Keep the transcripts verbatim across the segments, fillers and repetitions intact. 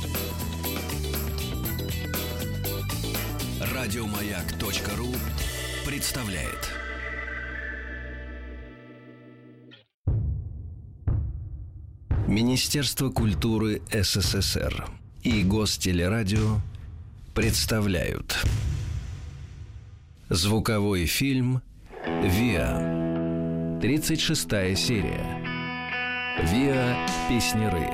Радиомаяк.ру представляет. Министерство культуры СССР и Гостелерадио представляют звуковой фильм «Виа». тридцать шестая серия. «Виа. Песняры».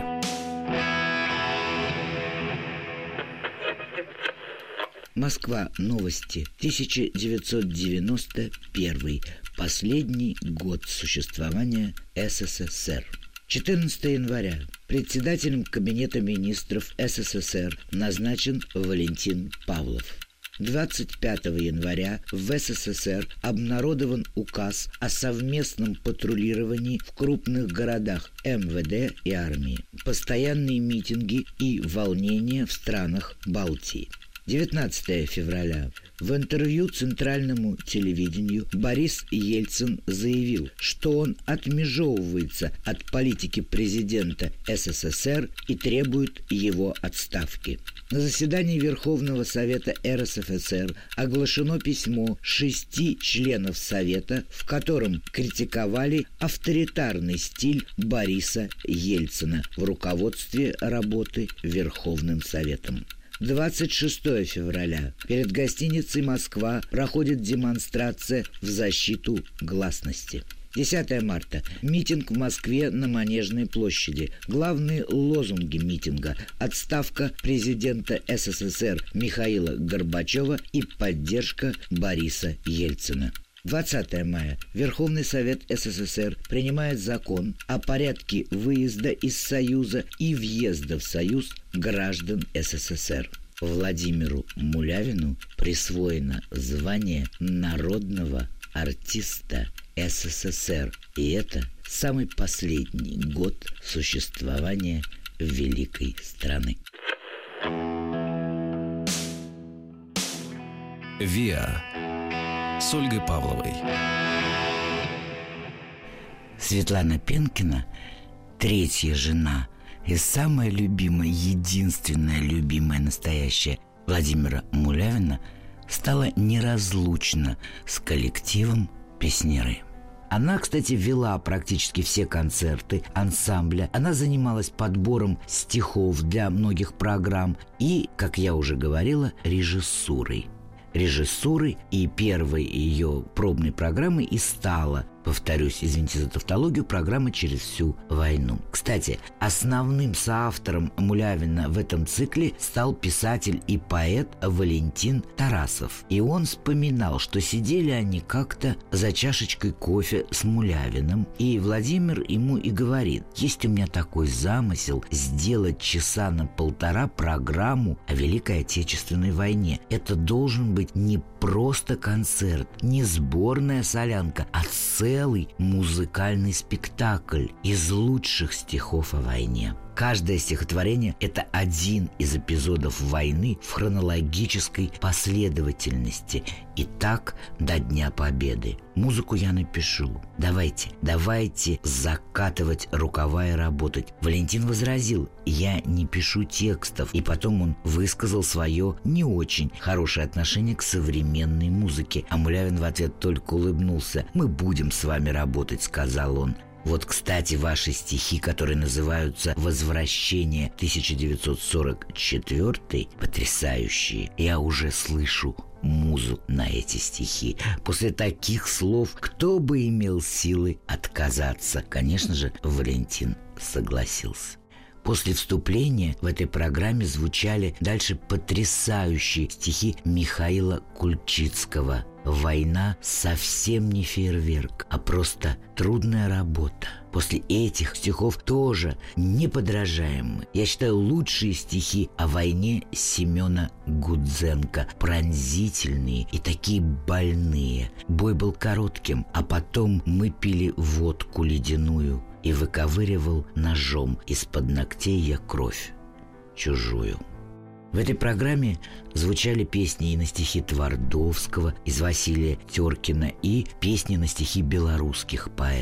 Москва. Новости. тысяча девятьсот девяносто первый. Последний год существования СССР. четырнадцатого января. Председателем Кабинета министров СССР назначен Валентин Павлов. двадцать пятого января в СССР обнародован указ о совместном патрулировании в крупных городах МВД и армии. Постоянные митинги и волнения в странах Балтии. девятнадцатого февраля. В интервью Центральному телевидению Борис Ельцин заявил, что он отмежевывается от политики президента СССР и требует его отставки. На заседании Верховного Совета РСФСР оглашено письмо шести членов Совета, в котором критиковали авторитарный стиль Бориса Ельцина в руководстве работы Верховным Советом. двадцать шестого февраля. Перед гостиницей «Москва» проходит демонстрация в защиту гласности. десятого марта. Митинг в Москве на Манежной площади. Главные лозунги митинга – отставка президента СССР Михаила Горбачева и поддержка Бориса Ельцина. двадцатого мая. Верховный Совет СССР принимает закон о порядке выезда из Союза и въезда в Союз граждан СССР. Владимиру Мулявину присвоено звание народного артиста СССР. И это самый последний год существования великой страны. «Виа» с Ольгой Павловой. Светлана Пенкина, третья жена и самая любимая, единственная любимая настоящая Владимира Мулявина, стала неразлучна с коллективом «Песняры». Она, кстати, вела практически все концерты ансамбля. Она занималась подбором стихов для многих программ и, как я уже говорила, режиссурой. Режиссуры и первой ее пробной программой и стала, повторюсь, извините за тавтологию, программа «Через всю войну». Кстати, основным соавтором Мулявина в этом цикле стал писатель и поэт Валентин Тарасов. И он вспоминал, что сидели они как-то за чашечкой кофе с Мулявиным, и Владимир ему и говорит: есть у меня такой замысел сделать часа на полтора программу о Великой Отечественной войне. Это должен быть не просто концерт, не сборная солянка, а целый музыкальный спектакль из лучших стихов о войне. Каждое стихотворение – это один из эпизодов войны в хронологической последовательности. И так до Дня Победы. Музыку я напишу. Давайте, давайте закатывать рукава и работать. Валентин возразил: я не пишу текстов. И потом он высказал свое не очень хорошее отношение к современной музыке. А Мулявин в ответ только улыбнулся. «Мы будем с вами работать», — сказал он. Вот, кстати, ваши стихи, которые называются «Возвращение тысяча девятьсот сорок четвёртый», потрясающие. Я уже слышу музу на эти стихи. После таких слов кто бы имел силы отказаться? Конечно же, Валентин согласился. После вступления в этой программе звучали дальше потрясающие стихи Михаила Кульчицкого. «Война совсем не фейерверк, а просто трудная работа». После этих стихов тоже неподражаемые. Я считаю, лучшие стихи о войне Семена Гудзенко. Пронзительные и такие больные. Бой был коротким, а потом мы пили водку ледяную, и выковыривал ножом из-под ногтей я кровь чужую. В этой программе звучали песни и на стихи Твардовского из Василия Теркина, и песни на стихи белорусских поэтов.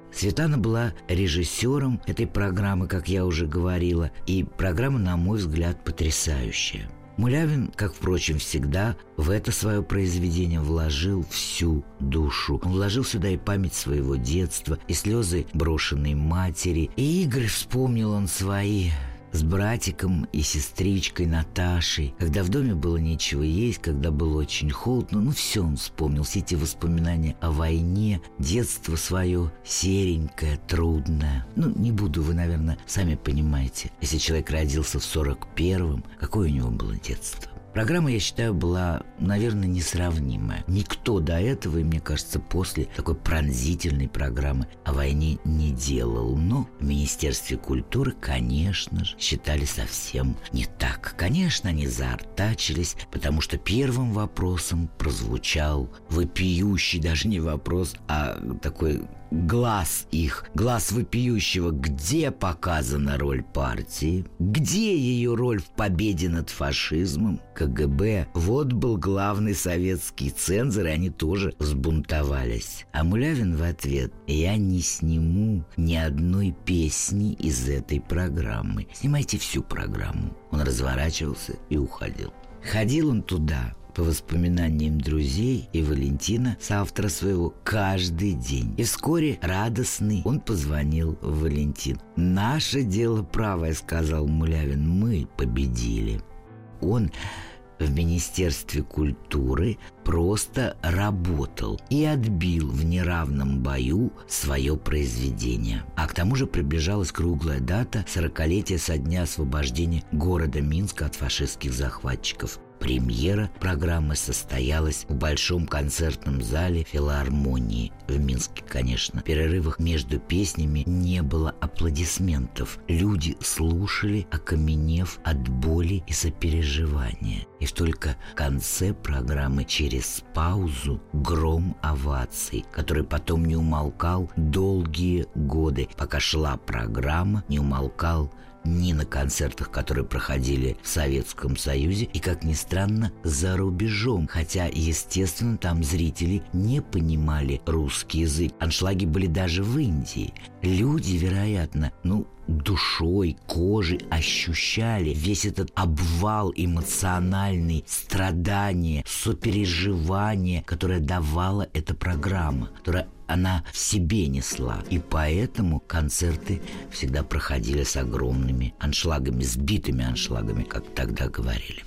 Светлана была режиссером этой программы, как я уже говорила, и программа, на мой взгляд, потрясающая. Мулявин, как, впрочем, всегда, в это свое произведение вложил всю душу. Он вложил сюда и память своего детства, и слезы брошенной матери, и игры вспомнил он свои с братиком и сестричкой Наташей, когда в доме было нечего есть, когда было очень холодно. Ну, все он вспомнил, все эти воспоминания о войне, детство свое серенькое, трудное. Ну, не буду, вы, наверное, сами понимаете, если человек родился в сорок первом, какое у него было детство. Программа, я считаю, была, наверное, несравнимая. Никто до этого, и мне кажется, после такой пронзительной программы о войне не делал. Но в Министерстве культуры, конечно же, считали совсем не так. Конечно, они заортачились, потому что первым вопросом прозвучал вопиющий, даже не вопрос, а такой глаз их, глаз вопиющего, где показана роль партии, где ее роль в победе над фашизмом, КГБ. Вот был главный советский цензор, и они тоже взбунтовались. А Мулявин в ответ: я не сниму ни одной песни из этой программы. Снимайте всю программу. Он разворачивался и уходил. Ходил он туда, по воспоминаниям друзей и Валентина, соавтора своего, каждый день. И вскоре, радостный, он позвонил в Валентин. «Наше дело правое», — сказал Мулявин, — «мы победили». Он в Министерстве культуры просто работал и отбил в неравном бою свое произведение. А к тому же приближалась круглая дата сорокалетия со дня освобождения города Минска от фашистских захватчиков. Премьера программы состоялась в Большом концертном зале филармонии в Минске, конечно. В перерывах между песнями не было аплодисментов. Люди слушали, окаменев от боли и сопереживания. И только в конце программы, через паузу, гром оваций, который потом не умолкал долгие годы. Пока шла программа, не умолкал ни на концертах, которые проходили в Советском Союзе, и, как ни странно, за рубежом. Хотя, естественно, там зрители не понимали русский язык. Аншлаги были даже в Индии. Люди, вероятно, ну, душой, кожей ощущали весь этот обвал эмоциональный, страдания, сопереживания, которое давала эта программа, которая она в себе несла. И поэтому концерты всегда проходили с огромными аншлагами, сбитыми аншлагами, как тогда говорили.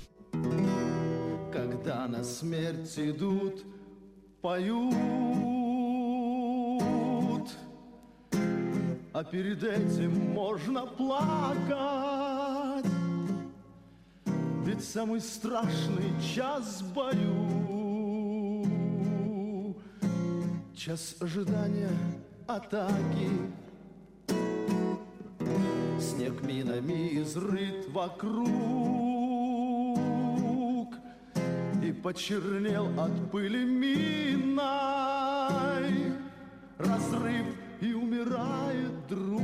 Когда на смерть идут, поют, а перед этим можно плакать, ведь самый страшный час в бою — час ожидания атаки. Снег минами изрыт вокруг и почернел от пыли миной. Разрыв, и умирает друг,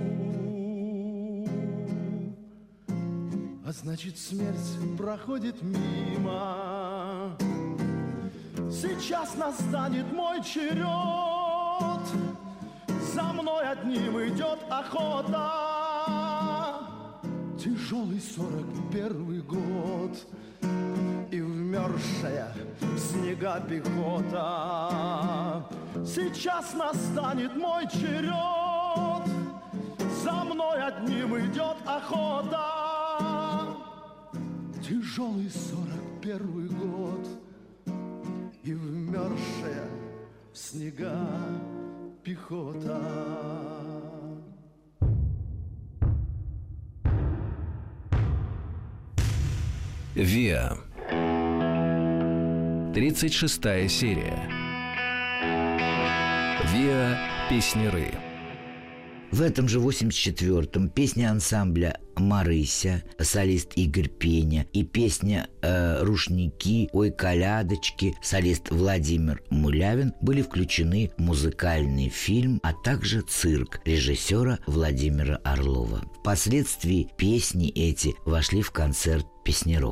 а значит, смерть проходит мимо. Сейчас настанет мой черед, за мной одним идет охота. Тяжелый сорок первый год, и вмерзшая в снега пехота. Сейчас настанет мой черед, за мной одним идет охота. Тяжелый сорок первый год, и вмерзшая в снега пехота. Виа. тридцать шестая серия. Виа Песняры. В этом же восемьдесят четвёртом песня ансамбля «Марыся», солист Игорь Пеня, и песня э, «Рушники», «Ой, колядочки», солист Владимир Мулявин были включены в музыкальный фильм, а также цирк режиссера Владимира Орлова. Впоследствии песни эти вошли в концерт Песняров.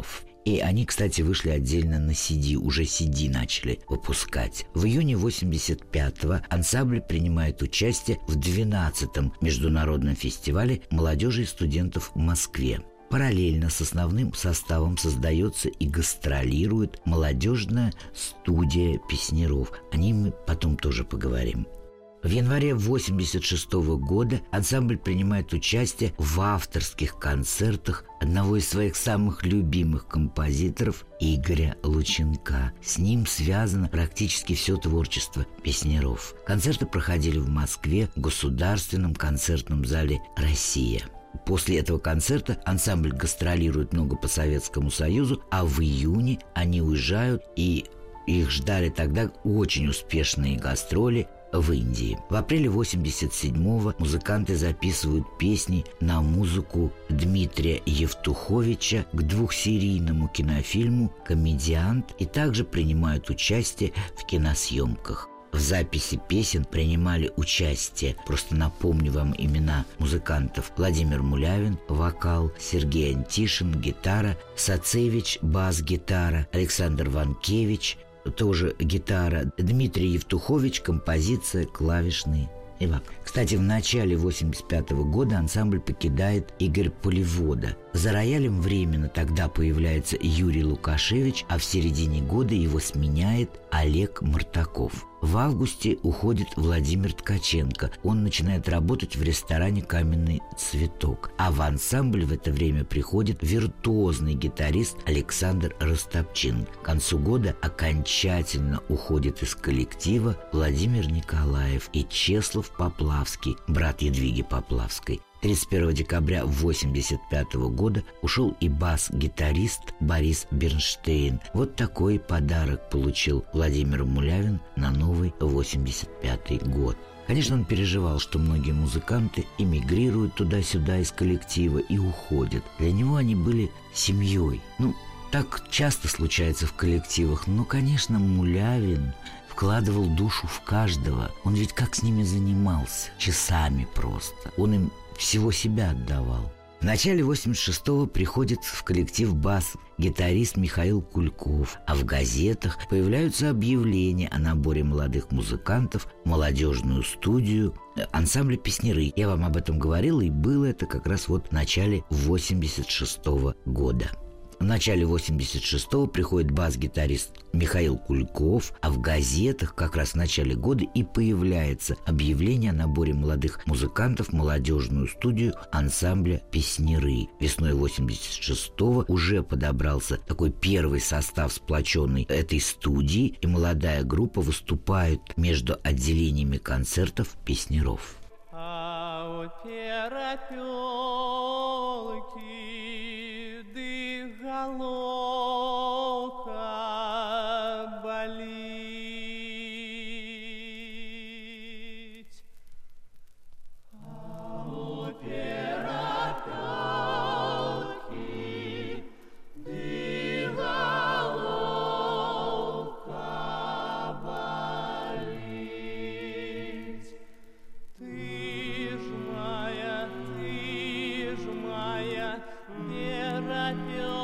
И они, кстати, вышли отдельно на си ди, уже си ди начали выпускать. В июне восемьдесят пятого ансамбль принимает участие в двенадцатом международном фестивале молодежи и студентов в Москве. Параллельно с основным составом создается и гастролирует молодежная студия песняров. О ней мы потом тоже поговорим. В январе восемьдесят шестого года ансамбль принимает участие в авторских концертах одного из своих самых любимых композиторов Игоря Лученка. С ним связано практически все творчество песняров. Концерты проходили в Москве в Государственном концертном зале «Россия». После этого концерта ансамбль гастролирует много по Советскому Союзу, а в июне они уезжают, и их ждали тогда очень успешные гастроли в Индии. В апреле восемьдесят седьмого музыканты записывают песни на музыку Дмитрия Евтуховича к двухсерийному кинофильму «Комедиант» и также принимают участие в киносъемках. В записи песен принимали участие, просто напомню вам имена музыкантов: Владимир Мулявин – вокал, Сергей Антишин – гитара, Сацевич – бас-гитара, Александр Ванкевич – тоже гитара, Дмитрий Евтухович – композиция, клавишные и вокал. Кстати, в начале восемьдесят пятого года ансамбль покидает Игорь Поливода. За роялем временно тогда появляется Юрий Лукашевич, а в середине года его сменяет Олег Мартаков. В августе уходит Владимир Ткаченко. Он начинает работать в ресторане «Каменный цветок». А в ансамбль в это время приходит виртуозный гитарист Александр Растопчин. К концу года окончательно уходит из коллектива Владимир Николаев и Чеслав Поплавский, брат Едвиги Поплавской. тридцать первого декабря восемьдесят пятого года ушел и бас-гитарист Борис Бернштейн. Вот такой подарок получил Владимир Мулявин на новый восемьдесят пятый год. Конечно, он переживал, что многие музыканты эмигрируют туда-сюда из коллектива и уходят. Для него они были семьей. Ну, так часто случается в коллективах. Но, конечно, Мулявин вкладывал душу в каждого. Он ведь как с ними занимался. Часами просто. Он им всего себя отдавал. В начале восемьдесят шестого приходит в коллектив бас-гитарист Михаил Кульков, а в газетах появляются объявления о наборе молодых музыкантов в молодежную студию ансамбля «Песняры». Я вам об этом говорила, и было это как раз вот в начале восемьдесят шестого года. В начале восемьдесят шестого приходит бас-гитарист Михаил Кульков, а в газетах как раз в начале года и появляется объявление о наборе молодых музыкантов в молодежную студию ансамбля «Песняры». Весной восемьдесят шестого уже подобрался такой первый состав сплоченный этой студии, и молодая группа выступает между отделениями концертов песняров. А у перепелки головка болит, а у перепелки головка болит. Ты ж моя, ты ж моя перепелка.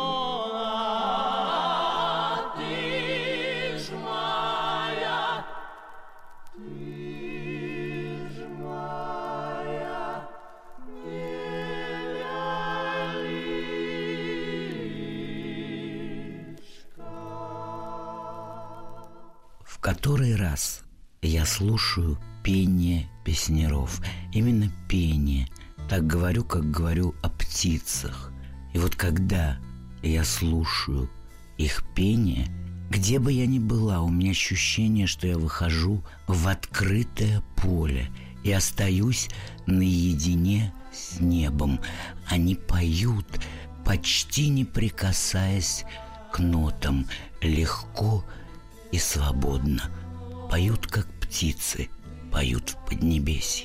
В который раз я слушаю пение песняров. Именно пение. Так говорю, как говорю о птицах. И вот когда я слушаю их пение, где бы я ни была, у меня ощущение, что я выхожу в открытое поле и остаюсь наедине с небом. Они поют, почти не прикасаясь к нотам, легко и свободно. Поют, как птицы, поют в Поднебесье.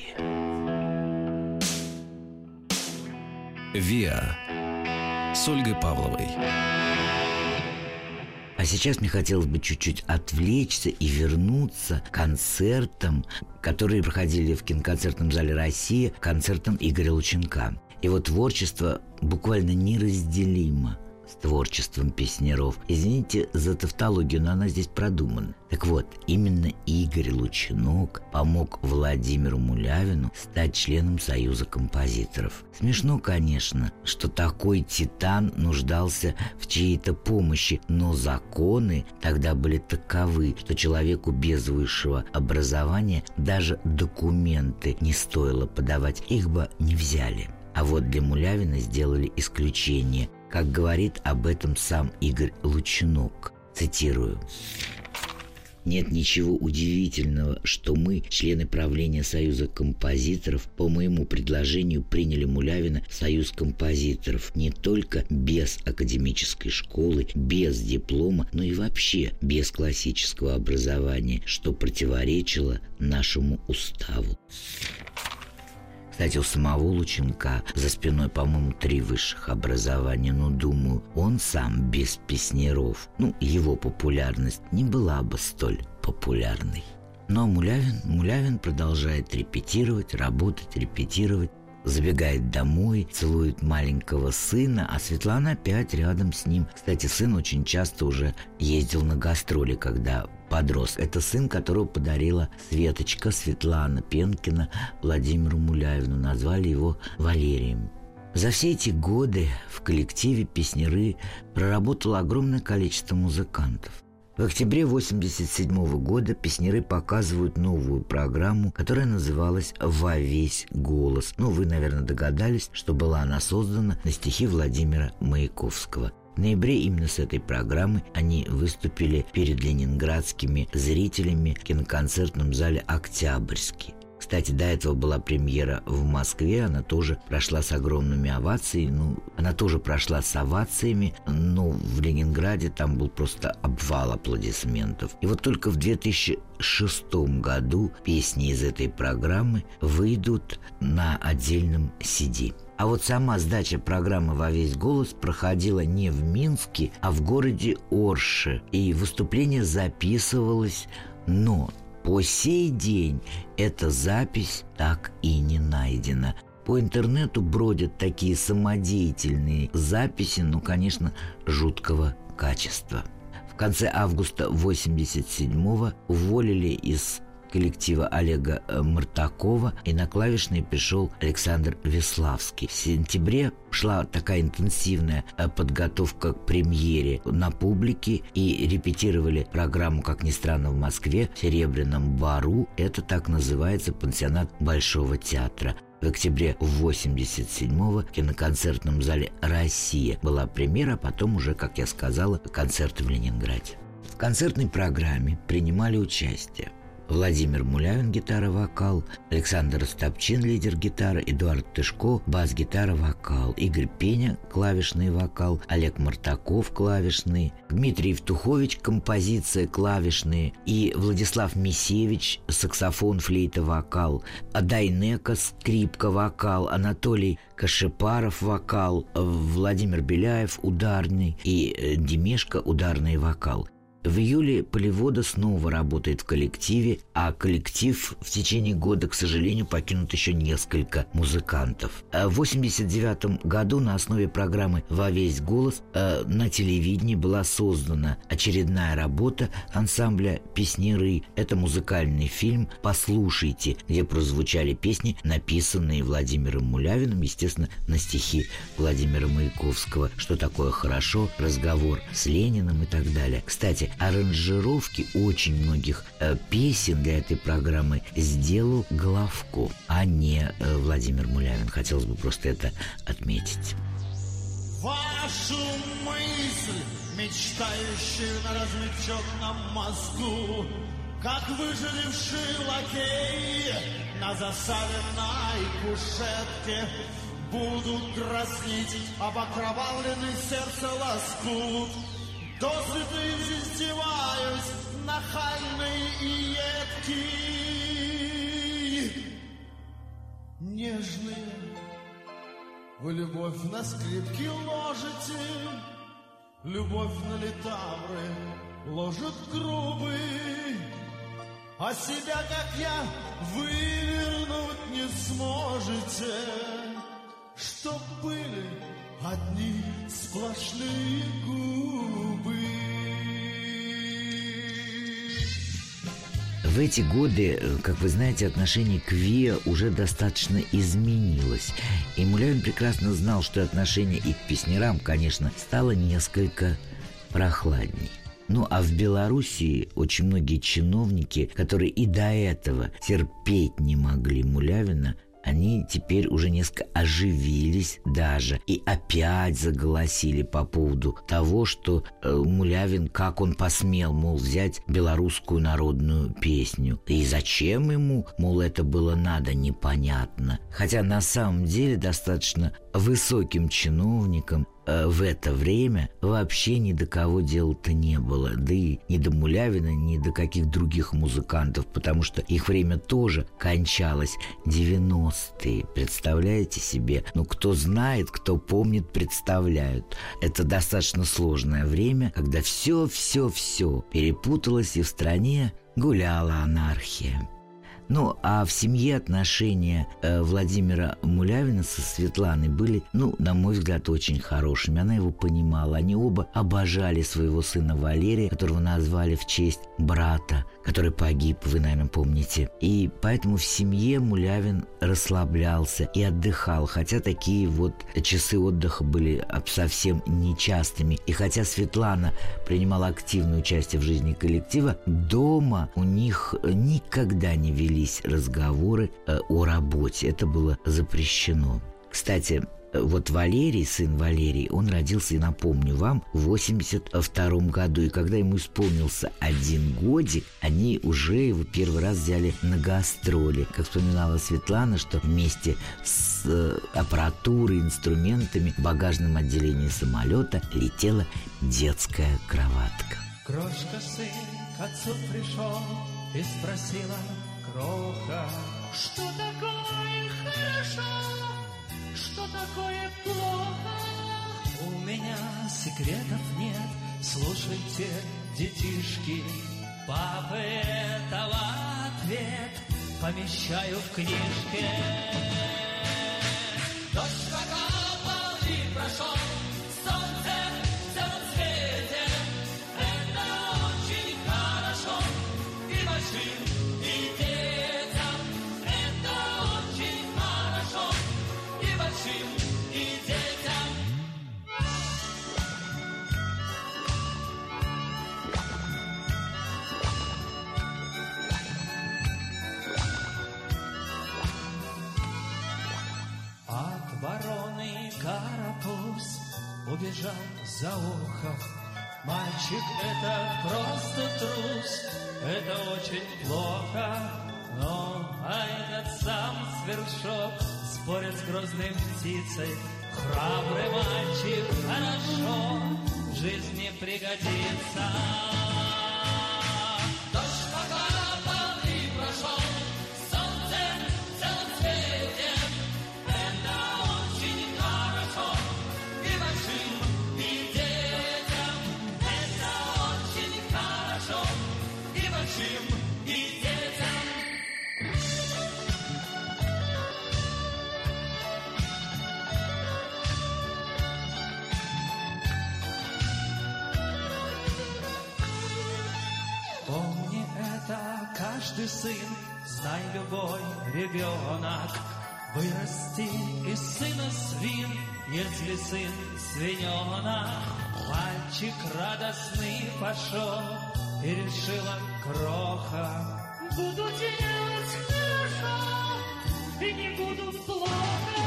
«Виа» с Ольгой Павловой. А сейчас мне хотелось бы чуть-чуть отвлечься и вернуться к концертам, которые проходили в киноконцертном зале «Россия», концертам Игоря Лученка. Его творчество буквально неразделимо с творчеством песняров. Извините за тавтологию, но она здесь продумана. Так вот, именно Игорь Лучинок помог Владимиру Мулявину стать членом Союза композиторов. Смешно, конечно, что такой титан нуждался в чьей-то помощи, но законы тогда были таковы, что человеку без высшего образования даже документы не стоило подавать, их бы не взяли. А вот для Мулявина сделали исключение, как говорит об этом сам Игорь Лучинок. Цитирую. «Нет ничего удивительного, что мы, члены правления Союза композиторов, по моему предложению приняли Мулявина в Союз композиторов не только без академической школы, без диплома, но и вообще без классического образования, что противоречило нашему уставу». Кстати, у самого Лучинка за спиной, по-моему, три высших образования, но, думаю, он сам без песняров, ну, его популярность не была бы столь популярной. Но Мулявин, Мулявин продолжает репетировать, работать, репетировать, забегает домой, целует маленького сына, а Светлана опять рядом с ним. Кстати, сын очень часто уже ездил на гастроли, когда подрос. Это сын, которого подарила Светочка, Светлана Пенкина, Владимиру Мулявину. Назвали его Валерием. За все эти годы в коллективе «Песняры» проработало огромное количество музыкантов. В октябре восемьдесят седьмого года «Песняры» показывают новую программу, которая называлась «Во весь голос». Ну, вы, наверное, догадались, что была она создана на стихи Владимира Маяковского. В ноябре именно с этой программы они выступили перед ленинградскими зрителями в киноконцертном зале «Октябрьский». Кстати, до этого была премьера в Москве, она тоже прошла с огромными овациями, ну, она тоже прошла с овациями, но в Ленинграде там был просто обвал аплодисментов. И вот только в две тысячи шестом году песни из этой программы выйдут на отдельном си ди. А вот сама сдача программы «Во весь голос» проходила не в Минске, а в городе Орше, и выступление записывалось, но по сей день эта запись так и не найдена. По интернету бродят такие самодеятельные записи, ну, конечно, жуткого качества. В конце августа восемьдесят седьмого уволили из коллектива Олега Мартакова, и на клавишные пришел Александр Веславский. В сентябре шла такая интенсивная подготовка к премьере на публике, и репетировали программу, как ни странно, в Москве, в Серебряном Бару. Это так называется пансионат Большого театра. В октябре восемьдесят седьмого в киноконцертном зале «Россия» была премьера, а потом уже, как я сказала, концерты в Ленинграде. В концертной программе принимали участие Владимир Мулявин, гитара-вокал, Александр Остапчин, лидер гитары, Эдуард Тышко, бас-гитара, вокал, Игорь Пеня, клавишный вокал, Олег Мартаков, клавишный, Дмитрий Евтухович, композиция, клавишные, и Владислав Мисевич, саксофон, флейта, вокал, Адайнека, скрипка, вокал, Анатолий Кашипаров, вокал, Владимир Беляев, ударный, и Демешко, ударный вокал. В июле Поливода снова работает в коллективе, а коллектив в течение года, к сожалению, покинут еще несколько музыкантов. В восемьдесят девятом году на основе программы «Во весь голос» на телевидении была создана очередная работа ансамбля «Песняры». Это музыкальный фильм «Послушайте», где прозвучали песни, написанные Владимиром Мулявиным, естественно, на стихи Владимира Маяковского. «Что такое хорошо», «Разговор с Лениным» и так далее. Кстати, аранжировки очень многих э, песен для этой программы сделал Головко, а не э, Владимир Мулявин. Хотелось бы просто это отметить. Вашу мысль, мечтающую на размягченном мозгу, как выживший лакей на засаленной кушетке, будут дразнить об окровавленный сердце лоскут. До слезы издеваюсь, нахальный и едкий. Нежные, вы любовь на скрипке ложите, любовь на литавры ложит грубый, а себя, как я, вывернуть не сможете. чтоб были одни сплошные губы. В эти годы, как вы знаете, отношение к Виа уже достаточно изменилось. И Мулявин прекрасно знал, что отношение и к песнярам, конечно, стало несколько прохладней. Ну а в Белоруссии очень многие чиновники, которые и до этого терпеть не могли Мулявина, они теперь уже несколько оживились даже и опять заголосили по поводу того, что э, Мулявин, как он посмел, мол, взять белорусскую народную песню. И зачем ему, мол, это было надо, непонятно. Хотя на самом деле достаточно высоким чиновникам э, в это время вообще ни до кого дела-то не было. Да и ни до Мулявина, ни до каких других музыкантов, потому что их время тоже кончалось. девяностые. Представляете себе? Ну, кто знает, кто помнит, представляют. Это достаточно сложное время, когда все-все-все перепуталось, и в стране гуляла анархия. Ну, а в семье отношения э, Владимира Мулявина со Светланой были, ну, на мой взгляд, очень хорошими. Она его понимала. Они оба обожали своего сына Валерия, которого назвали в честь брата, который погиб, вы, наверное, помните. И поэтому в семье Мулявин расслаблялся и отдыхал. Хотя такие вот часы отдыха были совсем нечастыми. И хотя Светлана принимала активное участие в жизни коллектива, дома у них никогда не вели разговоры э, о работе. Это было запрещено. Кстати, вот Валерий, сын Валерий, он родился, я напомню вам, в восемьдесят втором году. И когда ему исполнился один годик, они уже его первый раз взяли на гастроли. Как вспоминала Светлана, что вместе с э, аппаратурой, инструментами в багажном отделении самолета летела детская кроватка. Крошка, сын, к отцу пришел и спросила: Кроха, что такое хорошо, что такое плохо? У меня секретов нет, слушайте, детишки. Папы этого ответ помещаю в книжке. Дождь покапал и прошел, солнце в целом свете. Это очень хорошо и большим, и детям. Это очень хорошо и большим, и детям. От вороны карапуз убежал за ухо. Мальчик — это просто трус, это очень плохо. Но а этот сам сверчок спорит с грозной птицей. Храбрый мальчик хорошо в жизни пригодится. Дождь покапал и прошел, солнце в целом свете. Это очень хорошо и большим, и детям. Это очень хорошо и большим, и детям. Помни это, каждый сын, знай, любой ребенок. Вырасти из сына свин, если сын свиненок. Мальчик радостный пошел и решила Кроха: буду делать хорошо и не буду плохо.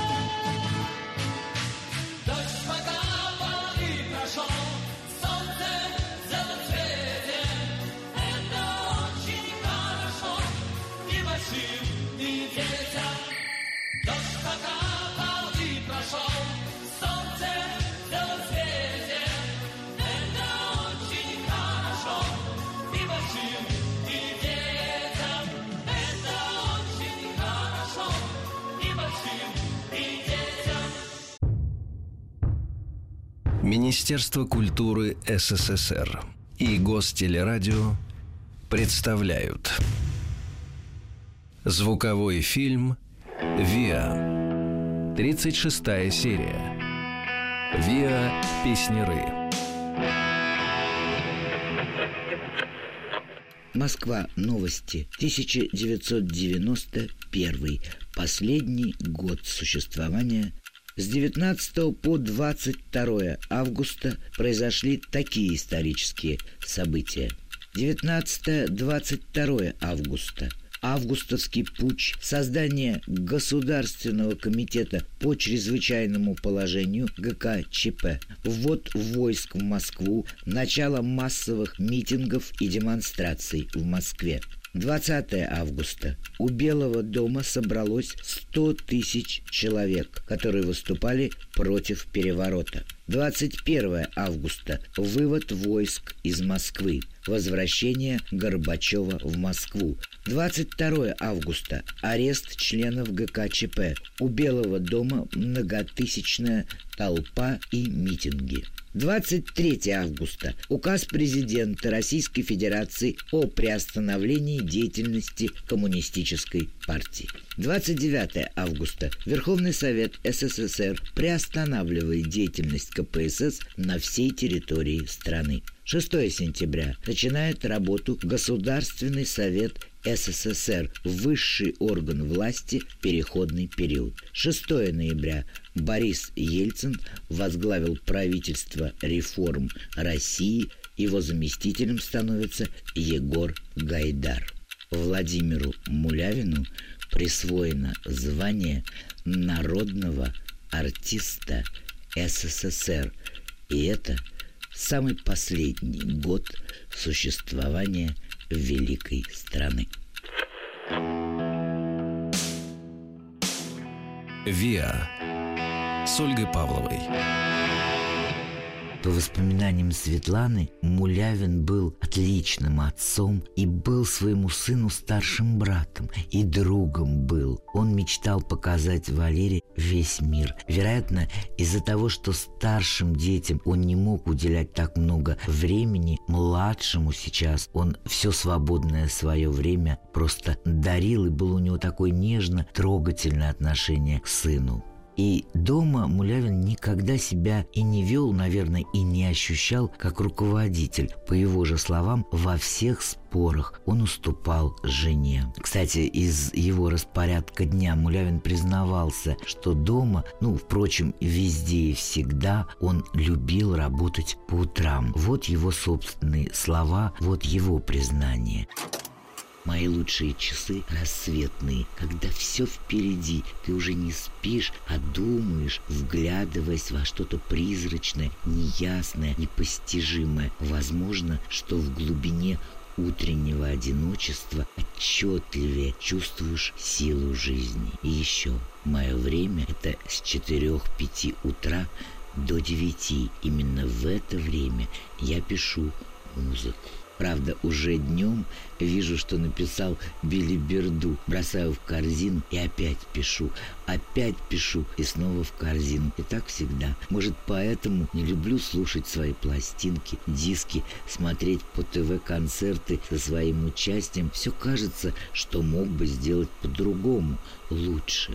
Дождь покапал и прошел, солнце в целом свете. Это очень хорошо и большим, и детям. Дождь покапал и прошел, солнце в целом свете. Это очень хорошо и большим, и детям. Это очень хорошо и большим, и детям. Министерство культуры СССР и Гостелерадио представляют звуковой фильм «Виа». тридцать шестая серия. Виа Песняры. Москва. Новости. тысяча девятьсот девяносто первый. Последний год существования. С девятнадцатого по двадцать второе августа произошли такие исторические события. девятнадцатое-двадцать второе августа. Августовский путч, создание Государственного комитета по чрезвычайному положению ГКЧП, ввод войск в Москву, начало массовых митингов и демонстраций в Москве. двадцатое августа. У Белого дома собралось сто тысяч человек, которые выступали против переворота. двадцать первое августа. Вывод войск из Москвы. Возвращение Горбачева в Москву. двадцать второе августа. Арест членов ГКЧП. У Белого дома многотысячная толпа и митинги. двадцать третье августа. Указ президента Российской Федерации о приостановлении деятельности Коммунистической партии. двадцать девятое августа. Верховный Совет СССР приостанавливает деятельность КПСС на всей территории страны. шестое сентября. Начинает работу Государственный Совет СССР, высший орган власти в переходный период. шестое ноября. Борис Ельцин возглавил правительство реформ России, его заместителем становится Егор Гайдар. Владимиру Мулявину присвоено звание народного артиста СССР, и это самый последний год существования великой страны. ВИА с Ольгой Павловой. По воспоминаниям Светланы, Мулявин был отличным отцом и был своему сыну старшим братом, и другом был. Он мечтал показать Валере весь мир. Вероятно, из-за того, что старшим детям он не мог уделять так много времени, младшему сейчас он все свободное свое время просто дарил, и было у него такое нежно-трогательное отношение к сыну. И дома Мулявин никогда себя и не вел, наверное, и не ощущал как руководитель. По его же словам, во всех спорах он уступал жене. Кстати, из его распорядка дня Мулявин признавался, что дома, ну, впрочем, везде и всегда он любил работать по утрам. Вот его собственные слова, вот его признание. Мои лучшие часы рассветные, когда все впереди, ты уже не спишь, а думаешь, вглядываясь во что-то призрачное, неясное, непостижимое. Возможно, что в глубине утреннего одиночества отчетливее чувствуешь силу жизни. И еще, мое время — это с четырех-пяти утра до девяти. Именно в это время я пишу музыку. Правда, уже днем вижу, что написал билиберду, бросаю в корзину и опять пишу, опять пишу и снова в корзину. И так всегда. Может, поэтому не люблю слушать свои пластинки, диски, смотреть по ТВ концерты со своим участием. Все кажется, что мог бы сделать по-другому, лучше.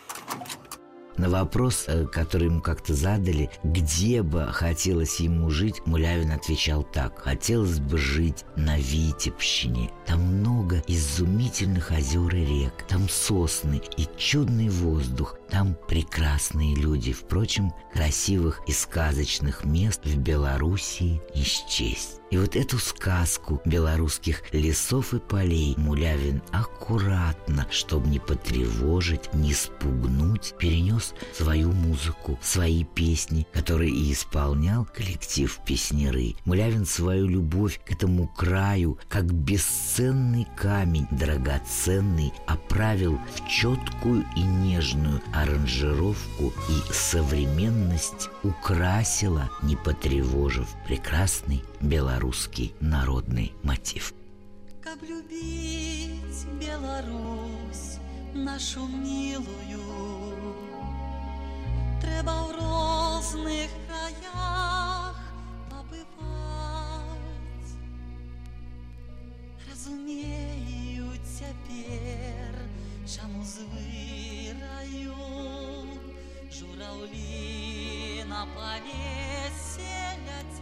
На вопрос, который ему как-то задали, где бы хотелось ему жить, Мулявин отвечал так: хотелось бы жить на Витебщине. Там много изумительных озер и рек, там сосны и чудный воздух, там прекрасные люди. Впрочем, красивых и сказочных мест в Белоруссии не счесть. И вот эту сказку белорусских лесов и полей Мулявин аккуратно, чтобы не потревожить, не спугнуть, перенес в свою музыку, в свои песни, которые и исполнял коллектив «Песняры». Мулявин свою любовь к этому краю, как бесценный камень, драгоценный, оправил в четкую и нежную аранжировку, и современность украсила, не потревожив прекрасный белорусский народный мотив. Как любить Беларусь нашу милую, треба в разных краях побывать. Разумею теперь, чему звыраю полесе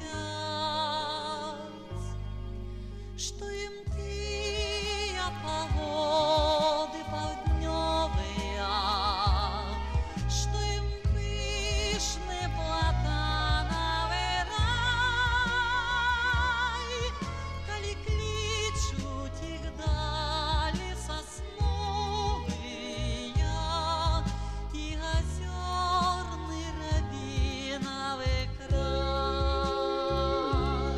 летят, что им ты от погоды полдневые, что им пышный платановый рай, коли кличут их дали сосновые и озерный рябиновый край.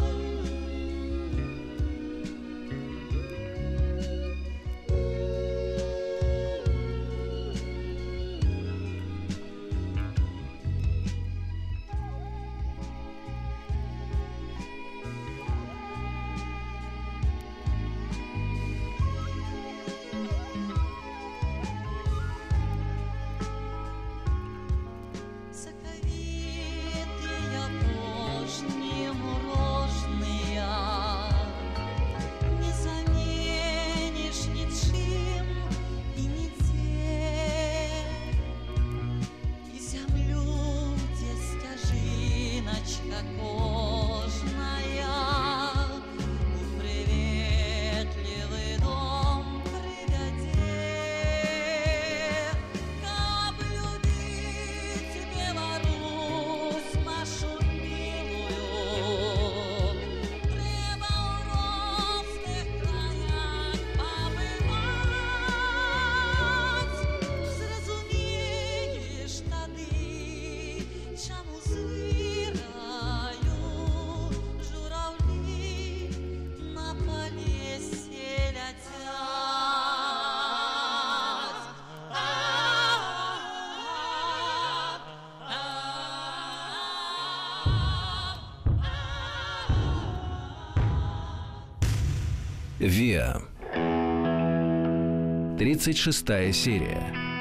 Соковитые пошни морожные, не заменишь ничем и нигде. И землю, где стяжиночка кожная, у приветливый дом приведе. Как любить Беларусь нашу милую, треба у розных краях побывать. Зразумеешь тады, чаму зыраю журавли на полесе летят. Виа. тридцать шестая серия.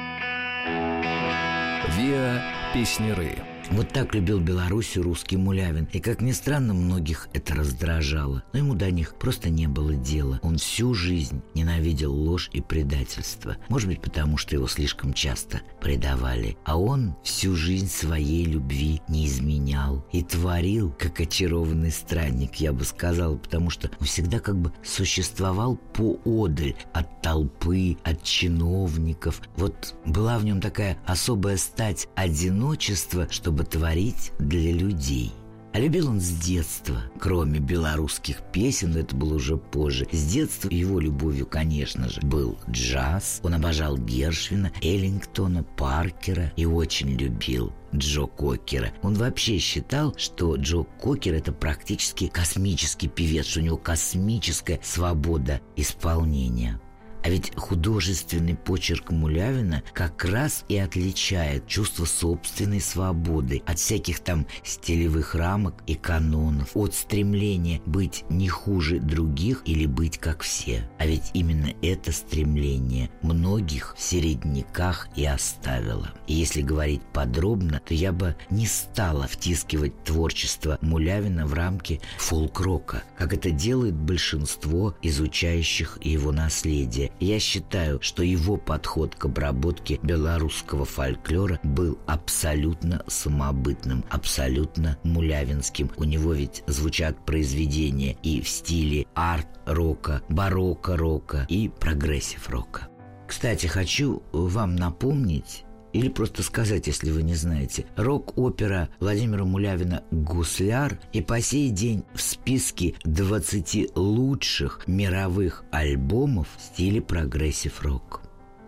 Виа Песняры. Вот так любил Белоруссию русский Мулявин. И, как ни странно, многих это раздражало. Но ему до них просто не было дела. Он всю жизнь ненавидел ложь и предательство. Может быть, потому что его слишком часто предавали. А он всю жизнь своей любви не изменял. И творил, как очарованный странник, я бы сказала. Потому что он всегда как бы существовал поодаль от толпы, от чиновников. Вот была в нем такая особая стать одиночества, чтобы творить для людей. А любил он с детства, кроме белорусских песен, но это было уже позже. С детства его любовью, конечно же, был джаз. Он обожал Гершвина, Эллингтона, Паркера и очень любил Джо Кокера. Он вообще считал, что Джо Кокер – это практически космический певец, что у него космическая свобода исполнения. А ведь художественный почерк Мулявина как раз и отличает чувство собственной свободы от всяких там стилевых рамок и канонов, от стремления быть не хуже других или быть как все. А ведь именно это стремление многих в середняках и оставило. И если говорить подробно, то я бы не стала втискивать творчество Мулявина в рамки фолк-рока, как это делает большинство изучающих его наследие. Я считаю, что его подход к обработке белорусского фольклора был абсолютно самобытным, абсолютно мулявинским. У него ведь звучат произведения и в стиле арт-рока, барокко-рока и прогрессив-рока. Кстати, хочу вам напомнить, или просто сказать, если вы не знаете, рок-опера Владимира Мулявина «Гусляр» и по сей день в списке двадцати лучших мировых альбомов в стиле прогрессив-рок.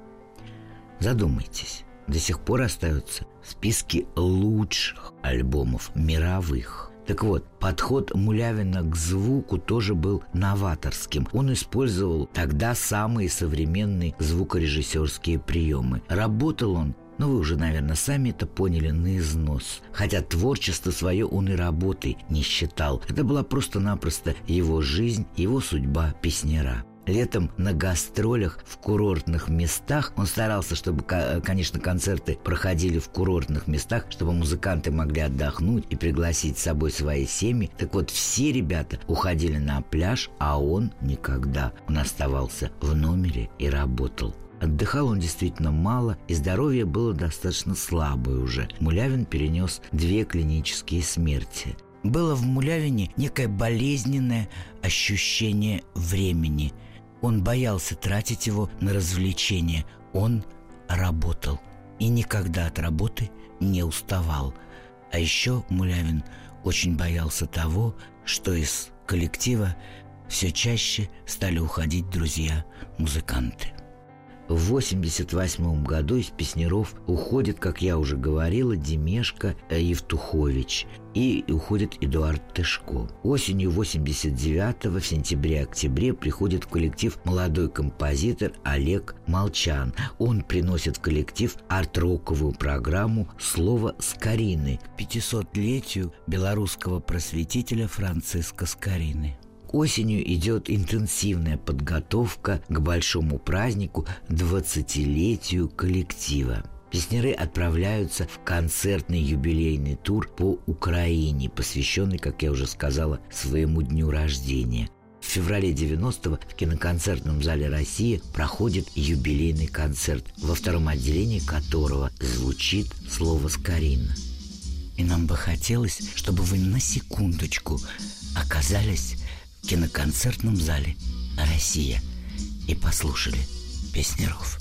Задумайтесь, до сих пор остаются в списке лучших альбомов мировых. Так вот, подход Мулявина к звуку тоже был новаторским. Он использовал тогда самые современные звукорежиссерские приемы. Работал он, ну вы уже, наверное, сами это поняли, на износ. Хотя творчество свое он и работой не считал. Это была просто-напросто его жизнь, его судьба песняра. Летом на гастролях в курортных местах он старался, чтобы, конечно, концерты проходили в курортных местах, чтобы музыканты могли отдохнуть и пригласить с собой свои семьи. Так вот, все ребята уходили на пляж, а он никогда. Он оставался в номере и работал. Отдыхал он действительно мало, и здоровье было достаточно слабое уже. Мулявин перенес две клинические смерти. Было в Мулявине некое болезненное ощущение времени. Он боялся тратить его на развлечения. Он работал и никогда от работы не уставал. А еще Мулявин очень боялся того, что из коллектива все чаще стали уходить друзья-музыканты. В восемьдесят восьмом году из песняров уходит, как я уже говорила, Демешко Евтухович, и уходит Эдуард Тышко. Осенью восемьдесят девятого, в сентябре-октябре, приходит в коллектив молодой композитор Олег Молчан. Он приносит в коллектив арт-роковую программу «Слово Скорины» к пятисотлетию белорусского просветителя Франциска Скорины. Осенью идет интенсивная подготовка к большому празднику двадцатилетию коллектива. Песняры отправляются в концертный юбилейный тур по Украине, посвященный, как я уже сказала, своему дню рождения. В феврале девяностого в киноконцертном зале «Россия» проходит юбилейный концерт, во втором отделении которого звучит слово «Скорина». И нам бы хотелось, чтобы вы на секундочку оказались в киноконцертном зале «Россия» и послушали песняров.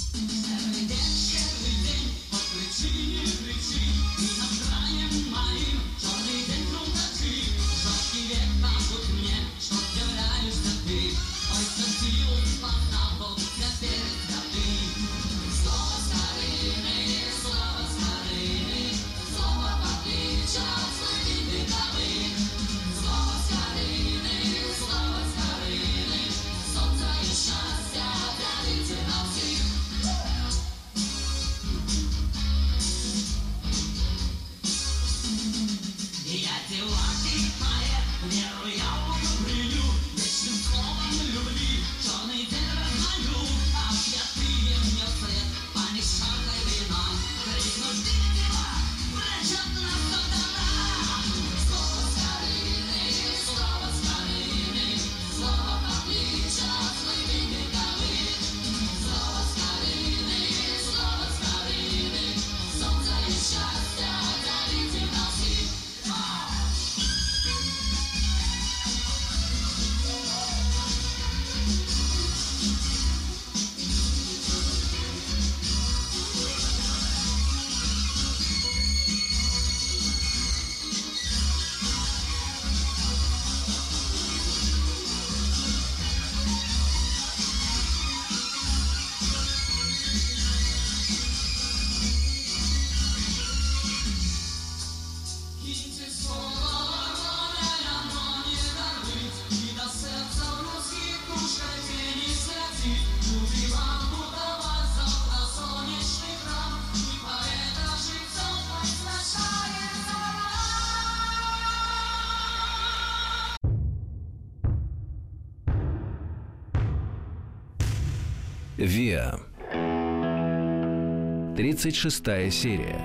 ВИА. тридцать шестая серия.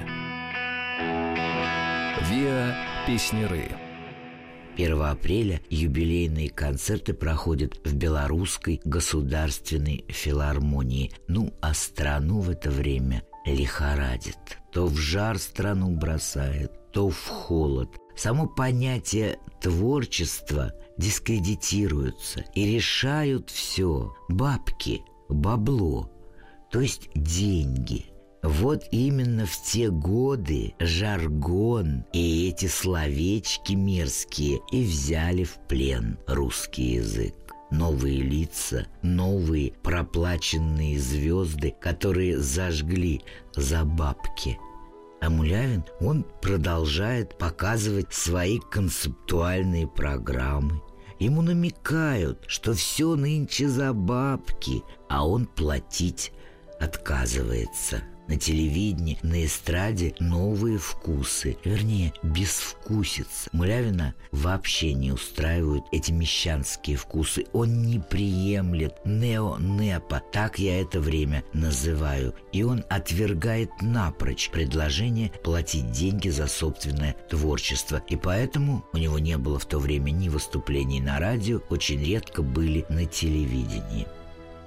ВИА «Песняры». первого апреля юбилейные концерты проходят в Белорусской государственной филармонии. Ну, а страну в это время лихорадит. То в жар страну бросает, то в холод. Само понятие творчества дискредитируется, и решают все бабки, бабло, то есть деньги. Вот именно в те годы жаргон и эти словечки мерзкие и взяли в плен русский язык. Новые лица, новые проплаченные звезды, которые зажгли за бабки. А Мулявин, он продолжает показывать свои концептуальные программы. Ему намекают, что все нынче за бабки, а он платить отказывается. На телевидении, на эстраде новые вкусы, вернее, безвкусица. Мулявина вообще не устраивают эти мещанские вкусы. Он не приемлет нео-непа, так я это время называю. И он отвергает напрочь предложение платить деньги за собственное творчество. И поэтому у него не было в то время ни выступлений на радио, очень редко были на телевидении.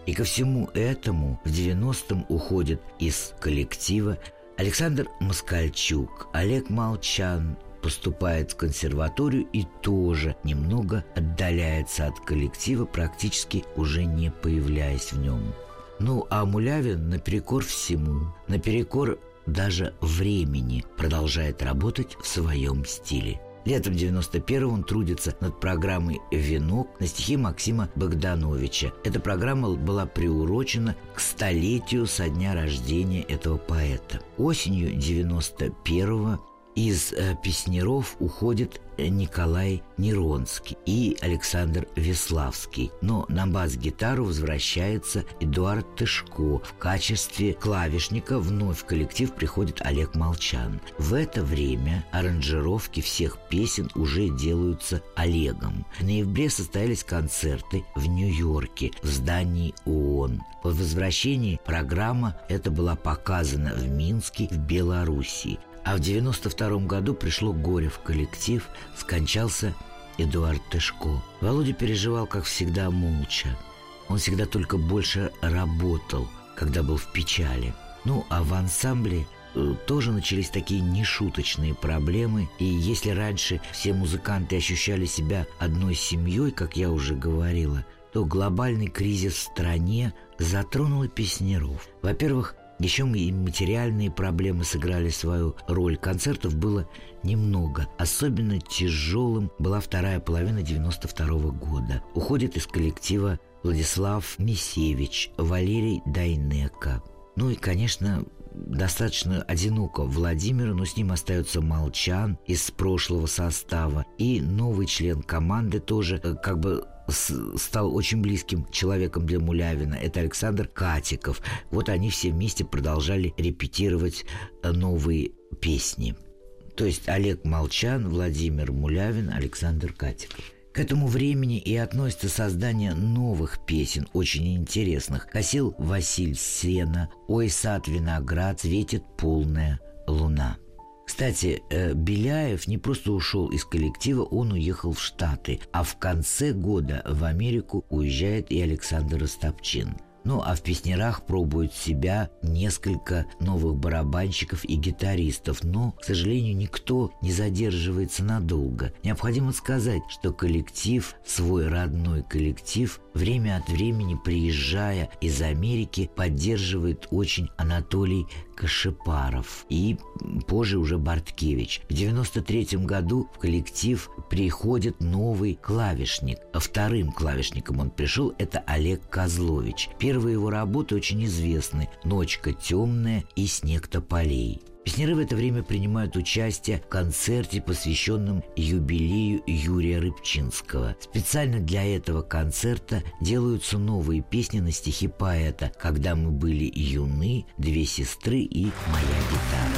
И ко всему этому в девяностом уходят из коллектива Александр Москальчук, Олег Молчан поступает в консерваторию и тоже немного отдаляется от коллектива, практически уже не появляясь в нем. Ну, а Мулявин наперекор всему, наперекор даже времени продолжает работать в своем стиле. Летом девяносто первого он трудится над программой «Венок» на стихи Максима Богдановича. Эта программа была приурочена к столетию со дня рождения этого поэта. Осенью девяносто первого из э, песняров уходит Николай Неронский и Александр Веславский. Но на бас-гитару возвращается Эдуард Тышко. В качестве клавишника вновь в коллектив приходит Олег Молчан. В это время аранжировки всех песен уже делаются Олегом. В ноябре состоялись концерты в Нью-Йорке в здании ООН. По возвращении программа эта была показана в Минске в Белоруссии. А в девяносто втором году пришло горе в коллектив, скончался Эдуард Тышко. Володя переживал, как всегда, молча. Он всегда только больше работал, когда был в печали. Ну, а в ансамбле э, тоже начались такие нешуточные проблемы. И если раньше все музыканты ощущали себя одной семьей, как я уже говорила, то глобальный кризис в стране затронул и песняров. Во-первых, еще и материальные проблемы сыграли свою роль. Концертов было немного. Особенно тяжелым была вторая половина девяносто второго года. Уходит из коллектива Владислав Мисевич, Валерий Дайнеко. Ну и, конечно, достаточно одиноко Владимир, но с ним остается Молчан из прошлого состава. И новый член команды тоже как бы стал очень близким человеком для Мулявина. Это Александр Катиков. Вот они все вместе продолжали репетировать новые песни. То есть Олег Молчан, Владимир Мулявин, Александр Катиков. К этому времени и относится создание новых песен, очень интересных. «Косил Василь сено», «Ой, сад виноград», «Светит полная луна». Кстати, Беляев не просто ушел из коллектива, он уехал в Штаты, а в конце года в Америку уезжает и Александр Растопчин. Ну, а в песнярах пробуют себя несколько новых барабанщиков и гитаристов, но, к сожалению, никто не задерживается надолго. Необходимо сказать, что коллектив, свой родной коллектив, время от времени, приезжая из Америки, поддерживает очень Анатолий Кашипаров и позже уже Барткевич. В девяносто третьем году в коллектив приходит новый клавишник. Вторым клавишником он пришел, это Олег Козлович. Первые его работы очень известны: «Ночка темная» и «Снег тополей». Песняры в это время принимают участие в концерте, посвященном юбилею Юрия Рыбчинского. Специально для этого концерта делаются новые песни на стихи поэта «Когда мы были юны», «Две сестры» и «Моя гитара».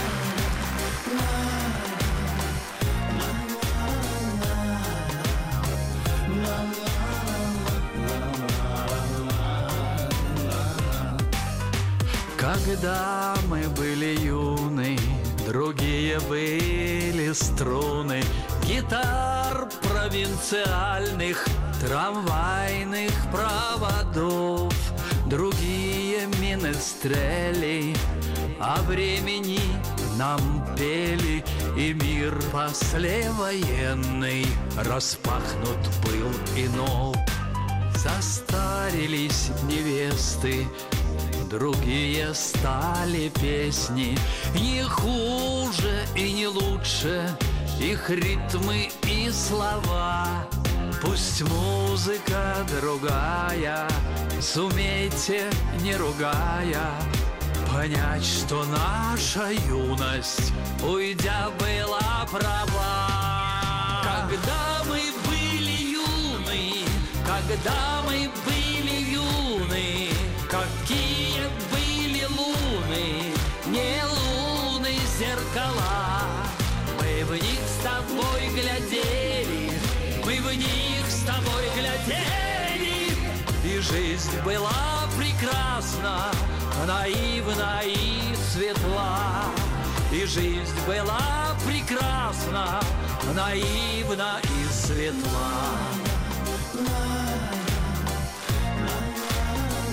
Когда мы были юны, другие были струны гитар провинциальных, трамвайных проводов, другие менестрели о времени нам пели, и мир послевоенный распахнут был и нов. Состарились невесты, другие стали песни, не хуже и не лучше их ритмы и слова. Пусть музыка другая, сумейте, не ругая, понять, что наша юность, уйдя, была права. Когда мы были юны, когда мы были юны, какие были луны, не луны, зеркала. Мы в них с тобой глядели, мы в них с тобой глядели, и жизнь была прекрасна, наивна и светла. И жизнь была прекрасна, наивна и светла.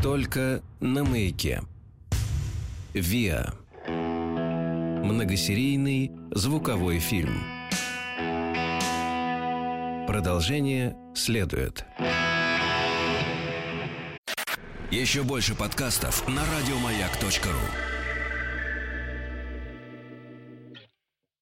Только на Маяке. «Виа». Многосерийный звуковой фильм. Продолжение следует. Еще больше подкастов на радиомаяк точка ру.